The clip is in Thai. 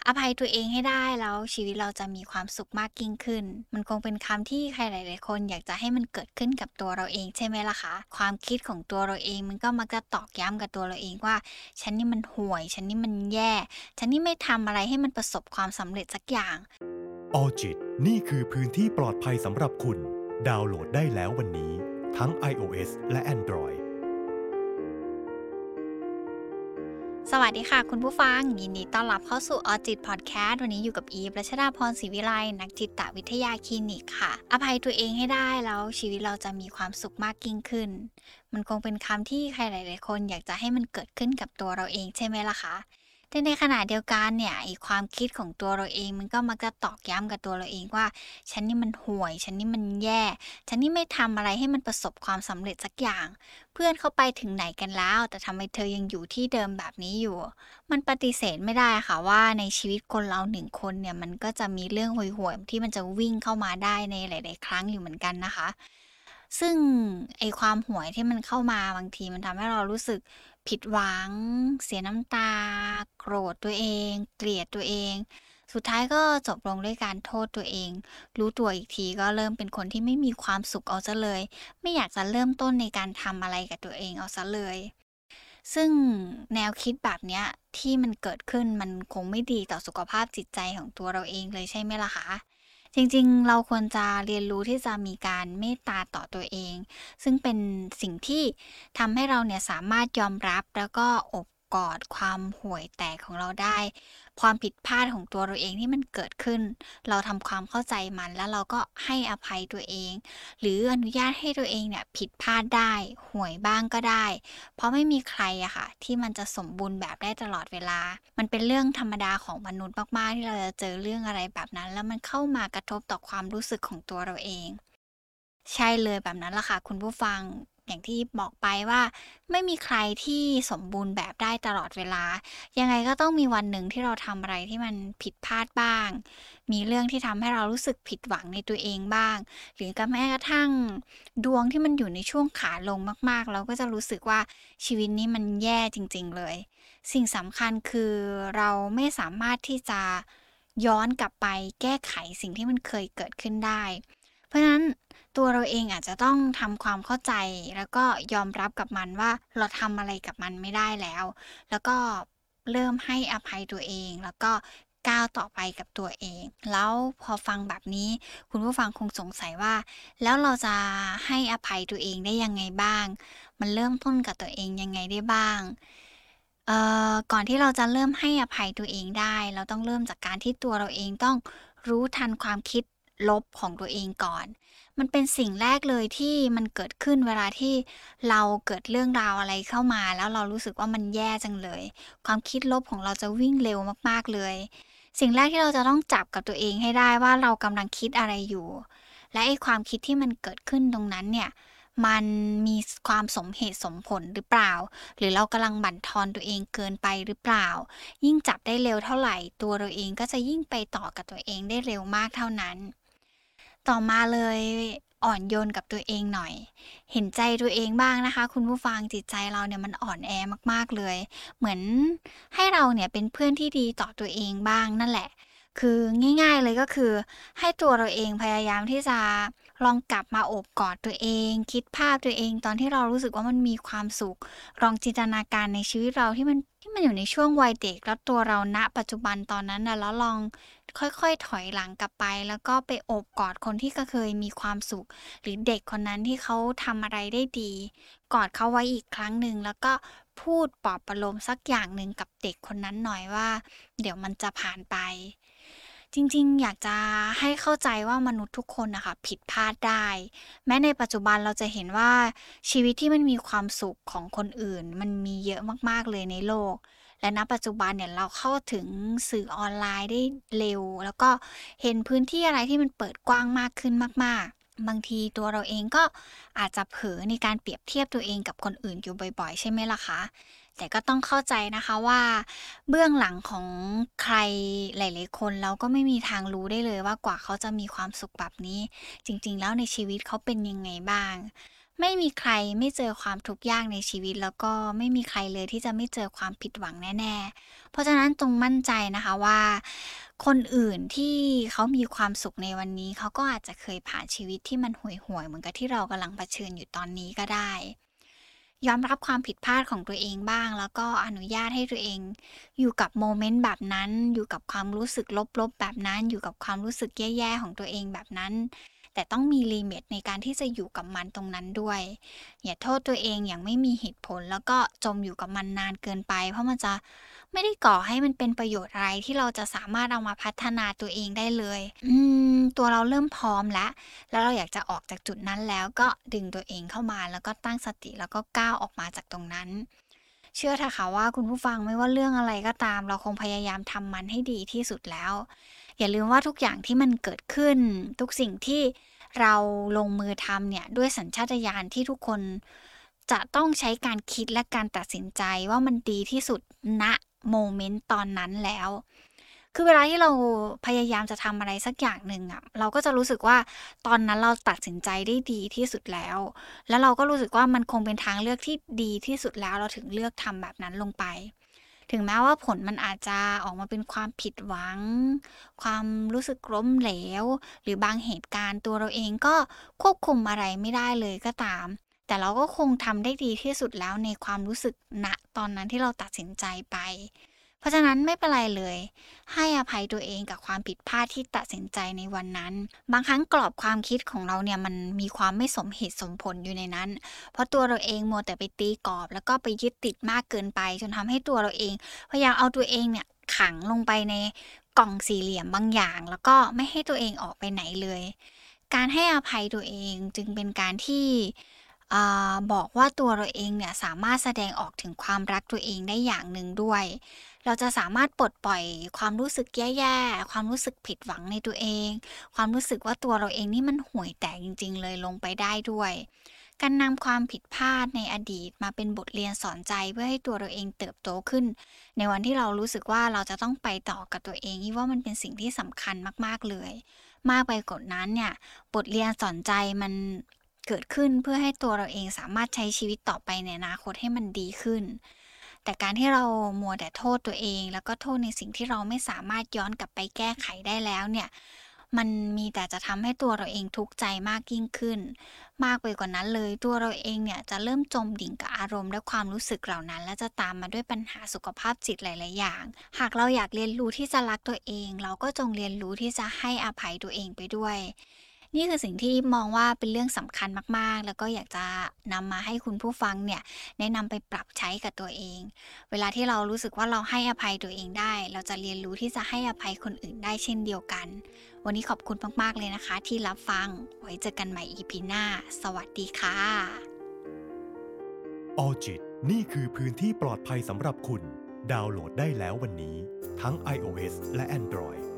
อภัยตัวเองให้ได้แล้วชีวิตเราจะมีความสุขมากยิ่งขึ้นมันคงเป็นคำที่ใครหลายๆคนอยากจะให้มันเกิดขึ้นกับตัวเราเองใช่ไหมล่ะคะความคิดของตัวเราเองมันก็มักจะตอกย้ำกับตัวเราเองว่าฉันนี่มันห่วยฉันนี่มันแย่ฉันนี่ไม่ทำอะไรให้มันประสบความสำเร็จสักอย่างออจิตนี่คือพื้นที่ปลอดภัยสำหรับคุณดาวน์โหลดได้แล้ววันนี้ทั้ง iOS และ Android สวัสดีค่ะคุณผู้ฟังยินดีต้อนรับเข้าสู่ออจิตพอดแคสต์วันนี้อยู่กับอีฟรัชดาพรศรีวิไลนักจิตวิทยาคลินิกค่ะอภัยตัวเองให้ได้แล้วชีวิตเราจะมีความสุขมากยิ่งขึ้นมันคงเป็นคำที่ใครหลายๆคนอยากจะให้มันเกิดขึ้นกับตัวเราเองใช่ไหมล่ะคะแต่ในขณะเดียวกันเนี่ยไอ้ความคิดของตัวเราเองมันก็มักจะตอกย้ำกับตัวเราเองว่าฉันนี่มันห่วยฉันนี่มันแย่ฉันนี่ไม่ทำอะไรให้มันประสบความสำเร็จสักอย่างเพื่อนเขาไปถึงไหนกันแล้วแต่ทำไมเธอยังอยู่ที่เดิมแบบนี้อยู่ มันปฏิเสธไม่ได้ค่ะว่าในชีวิตคนเราหนึ่งคนเนี่ยมันก็จะมีเรื่องห่วยๆที่มันจะวิ่งเข้ามาได้ในหลายๆครั้งอยู่เหมือนกันนะคะซึ่งไอ้ความห่วยที่มันเข้ามาบางทีมันทำให้เรารู้สึกผิดหวังเสียน้ำตาโกรธตัวเองเกลียดตัวเองสุดท้ายก็จบลงด้วยการโทษตัวเองรู้ตัวอีกทีก็เริ่มเป็นคนที่ไม่มีความสุขเอาซะเลยไม่อยากจะเริ่มต้นในการทำอะไรกับตัวเองเอาซะเลย ซึ่งแนวคิดแบบเนี้ยที่มันเกิดขึ้นมันคงไม่ดีต่อสุขภาพจิตใจของตัวเราเองเลยใช่ไหมล่ะคะจริงๆเราควรจะเรียนรู้ที่จะมีการเมตตาต่อตัวเองซึ่งเป็นสิ่งที่ทำให้เราเนี่ยสามารถยอมรับแล้วก็โอบกอดความห่วยแตกของเราได้ความผิดพลาดของตัวเราเองที่มันเกิดขึ้นเราทำความเข้าใจมันแล้วเราก็ให้อภัยตัวเองหรืออนุญาตให้ตัวเองเนี่ยผิดพลาดได้ห่วยบ้างก็ได้ เพราะไม่มีใครอะค่ะที่มันจะสมบูรณ์แบบได้ตลอดเวลา มันเป็นเรื่องธรรมดาของมนุษย์มากๆที่เราจะเจอเรื่องอะไรแบบนั้นแล้วมันเข้ามากระทบต่อความรู้สึกของตัวเราเอง ใช่เลยแบบนั้นล่ะค่ะคุณผู้ฟังอย่างที่บอกไปว่าไม่มีใครที่สมบูรณ์แบบได้ตลอดเวลายังไงก็ต้องมีวันหนึ่งที่เราทำอะไรที่มันผิดพลาดบ้างมีเรื่องที่ทำให้เรารู้สึกผิดหวังในตัวเองบ้างหรือแม้กระทั่งดวงที่มันอยู่ในช่วงขาลงมากๆเราก็จะรู้สึกว่าชีวิตนี้มันแย่จริงๆเลยสิ่งสำคัญคือเราไม่สามารถที่จะย้อนกลับไปแก้ไขสิ่งที่มันเคยเกิดขึ้นได้ เพราะฉะนั้นตัวเราเองอาจจะต้องทำความเข้าใจแล้วก็ยอมรับกับมันว่าเราทำอะไรกับมันไม่ได้แล้วแล้วก็เริ่มให้อภัยตัวเองแล้วก็ก้าวต่อไปกับตัวเองแล้วพอฟังแบบนี้คุณผู้ฟังคงสงสัยว่าแล้วเราจะให้อภัยตัวเองได้ยังไงบ้างมันเริ่มต้นกับตัวเองยังไงได้บ้างก่อนที่เราจะเริ่มให้อภัยตัวเองได้เราต้องเริ่มจากการที่ตัวเราเองต้องรู้ทันความคิดลบของตัวเองก่อน มันเป็นสิ่งแรกเลยที่มันเกิดขึ้นเวลาที่เราเกิดเรื่องราวอะไรเข้ามาแล้วเรารู้สึกว่ามันแย่จังเลยความคิดลบของเราจะวิ่งเร็วมากๆเลยสิ่งแรกที่เราจะต้องจับกับตัวเองให้ได้ว่าเรากำลังคิดอะไรอยู่และไอ้ความคิดที่มันเกิดขึ้นตรงนั้นเนี่ยมันมีความสมเหตุสมผลหรือเปล่าหรือเรากำลังบั่นทอนตัวเองเกินไปหรือเปล่ายิ่งจับได้เร็วเท่าไหร่ตัวเราเองก็จะยิ่งไปต่อกับตัวเองได้เร็วมากเท่านั้น ต่อมาเลยอ่อนโยนกับตัวเองหน่อยเห็นใจตัวเองบ้างนะคะคุณผู้ฟังจิตใจเราเนี่ยมันอ่อนแอมากๆเลยเหมือนให้เราเนี่ยเป็นเพื่อนที่ดีต่อตัวเองบ้างนั่นแหละคือง่ายๆเลยก็คือให้ตัวเราเองพยายามที่จะลองกลับมาโอบกอดตัวเองคิดภาพตัวเองตอนที่เรารู้สึกว่ามันมีความสุขลองจินตนาการในชีวิตเราที่มันอยู่ในช่วงวัยเด็กแล้วตัวเราณปัจจุบันตอนนั้นน่ะแล้วลอง ค่อยๆถอยหลังกลับไปแล้วก็ไปโอบกอดคนที่ก็เคยมีความสุขหรือเด็กคนนั้นที่เขาทำอะไรได้ดีกอดเขาไว้อีกครั้งหนึ่งแล้วก็พูดปลอบประโลมสักอย่างหนึ่งกับเด็กคนนั้นหน่อยว่าเดี๋ยวมันจะผ่านไปจริงๆอยากจะให้เข้าใจว่ามนุษย์ทุกคนน่ะค่ะผิดพลาดได้แม้ในปัจจุบันเราจะเห็นว่าชีวิตที่มันมีความสุขของคนอื่นมันมีเยอะมากๆเลยในโลก และณปัจจุบันเนี่ยเราเข้าถึงสื่อออนไลน์ได้เร็วแล้วก็เห็นพื้นที่อะไรที่มันเปิดกว้างมากขึ้นมากๆบางทีตัวเราเองก็อาจจะเผลอในการเปรียบเทียบตัวเองกับคนอื่นอยู่บ่อยๆใช่ไหมล่ะคะแต่ก็ต้องเข้าใจนะคะว่าเบื้องหลังของใครหลายๆคนเราก็ไม่มีทางรู้ได้เลยว่ากว่าเขาจะมีความสุขแบบนี้จริงๆแล้วในชีวิตเขาเป็นยังไงบ้างไม่มีใครไม่เจอความทุกข์ยากในชีวิตแล้วก็ไม่มีใครเลยที่จะไม่เจอความผิดหวังแน่ๆเพราะฉะนั้นจงมั่นใจนะคะว่าคนอื่นที่เขามีความสุขในวันนี้เขาก็อาจจะเคยผ่านชีวิตที่มันห่วยๆเหมือนกับที่เรากำลังเผชิญอยู่ตอนนี้ก็ได้ยอมรับความผิดพลาดของตัวเองบ้างแล้วก็อนุญาตให้ตัวเองอยู่กับโมเมนต์แบบนั้นอยู่กับความรู้สึกลบๆแบบนั้นอยู่กับความรู้สึกแย่ๆของตัวเองแบบนั้นแต่ต้องมีลิมิตในการที่จะอยู่กับมันตรงนั้นด้วยอย่าโทษตัวเองอย่างไม่มีเหตุผลแล้วก็จมอยู่กับมันนานเกินไปเพราะมันจะไม่ได้ก่อให้มันเป็นประโยชน์อะไรที่เราจะสามารถเอามาพัฒนาตัวเองได้เลยตัวเราเริ่มพร้อมแล้วเราอยากจะออกจากจุดนั้นแล้วก็ดึงตัวเองเข้ามาแล้วก็ตั้งสติแล้วก็ก้าวออกมาจากตรงนั้นเชื่อเถอะค่ะว่าคุณผู้ฟังไม่ว่าเรื่องอะไรก็ตามเราคงพยายามทำมันให้ดีที่สุดแล้วอย่าลืมว่าทุกอย่างที่มันเกิดขึ้นทุกสิ่งที่เราลงมือทำเนี่ยด้วยสัญชาตญาณที่ทุกคนจะต้องใช้การคิดและการตัดสินใจว่ามันดีที่สุดณโมเมนต์ตอนนั้นแล้วคือเวลาที่เราพยายามจะทำอะไรสักอย่างหนึ่งอะเราก็จะรู้สึกว่าตอนนั้นเราตัดสินใจได้ดีที่สุดแล้วเราก็รู้สึกว่ามันคงเป็นทางเลือกที่ดีที่สุดแล้วเราถึงเลือกทำแบบนั้นลงไปถึงแม้ว่าผลมันอาจจะออกมาเป็นความผิดหวังความรู้สึกล้มเหลวหรือบางเหตุการณ์ตัวเราเองก็ควบคุมอะไรไม่ได้เลยก็ตามแต่เราก็คงทำได้ดีที่สุดแล้วในความรู้สึกณตอนนั้นที่เราตัดสินใจไปเพราะฉะนั้นไม่เป็นไรเลยให้อภัยตัวเองกับความผิดพลาดที่ตัดสินใจในวันนั้นบางครั้งกรอบความคิดของเราเนี่ยมันมีความไม่สมเหตุสมผลอยู่ในนั้นเพราะตัวเราเองมัวแต่ไปตีกรอบแล้วก็ไปยึดติดมากเกินไปจนทำให้ตัวเราเองพยายามเอาตัวเองเนี่ยขังลงไปในกล่องสี่เหลี่ยมบางอย่างแล้วก็ไม่ให้ตัวเองออกไปไหนเลยการให้อภัยตัวเองจึงเป็นการที่บอกว่าตัวเราเองเนี่ยสามารถแสดงออกถึงความรักตัวเองได้อย่างหนึ่งด้วยเราจะสามารถปลดปล่อยความรู้สึกแย่ๆความรู้สึกผิดหวังในตัวเองความรู้สึกว่าตัวเราเองนี่มันห่วยแตกจริงๆเลยลงไปได้ด้วยการนำความผิดพลาดในอดีตมาเป็นบทเรียนสอนใจเพื่อให้ตัวเราเองเติบโตขึ้นในวันที่เรารู้สึกว่าเราจะต้องไปต่อกับตัวเองนี่ว่ามันเป็นสิ่งที่สำคัญมากๆเลยมากไปกว่านั้นเนี่ยบทเรียนสอนใจมันเกิดขึ้นเพื่อให้ตัวเราเองสามารถใช้ชีวิตต่อไปในอนาคตให้มันดีขึ้นแต่การที่เรามัวแต่โทษตัวเองแล้วก็โทษในสิ่งที่เราไม่สามารถย้อนกลับไปแก้ไขได้แล้วเนี่ยมันมีแต่จะทำให้ตัวเราเองทุกข์ใจมากยิ่งขึ้นมากไปกว่านั้นเลยตัวเราเองเนี่ยจะเริ่มจมดิ่งกับอารมณ์และความรู้สึกเหล่านั้นและจะตามมาด้วยปัญหาสุขภาพจิตหลายๆอย่างหากเราอยากเรียนรู้ที่จะรักตัวเองเราก็จงเรียนรู้ที่จะให้อภัยตัวเองไปด้วยนี่คือสิ่งที่มองว่าเป็นเรื่องสำคัญมากๆแล้วก็อยากจะนำมาให้คุณผู้ฟังเนี่ยแนะนำไปปรับใช้กับตัวเองเวลาที่เรารู้สึกว่าเราให้อภัยตัวเองได้เราจะเรียนรู้ที่จะให้อภัยคนอื่นได้เช่นเดียวกันวันนี้ขอบคุณมากๆเลยนะคะที่รับฟังไว้เจอกันใหม่ EP หน้าสวัสดีค่ะออจิตนี่คือพื้นที่ปลอดภัยสำหรับคุณดาวน์โหลดได้แล้ววันนี้ทั้ง iOS และ Android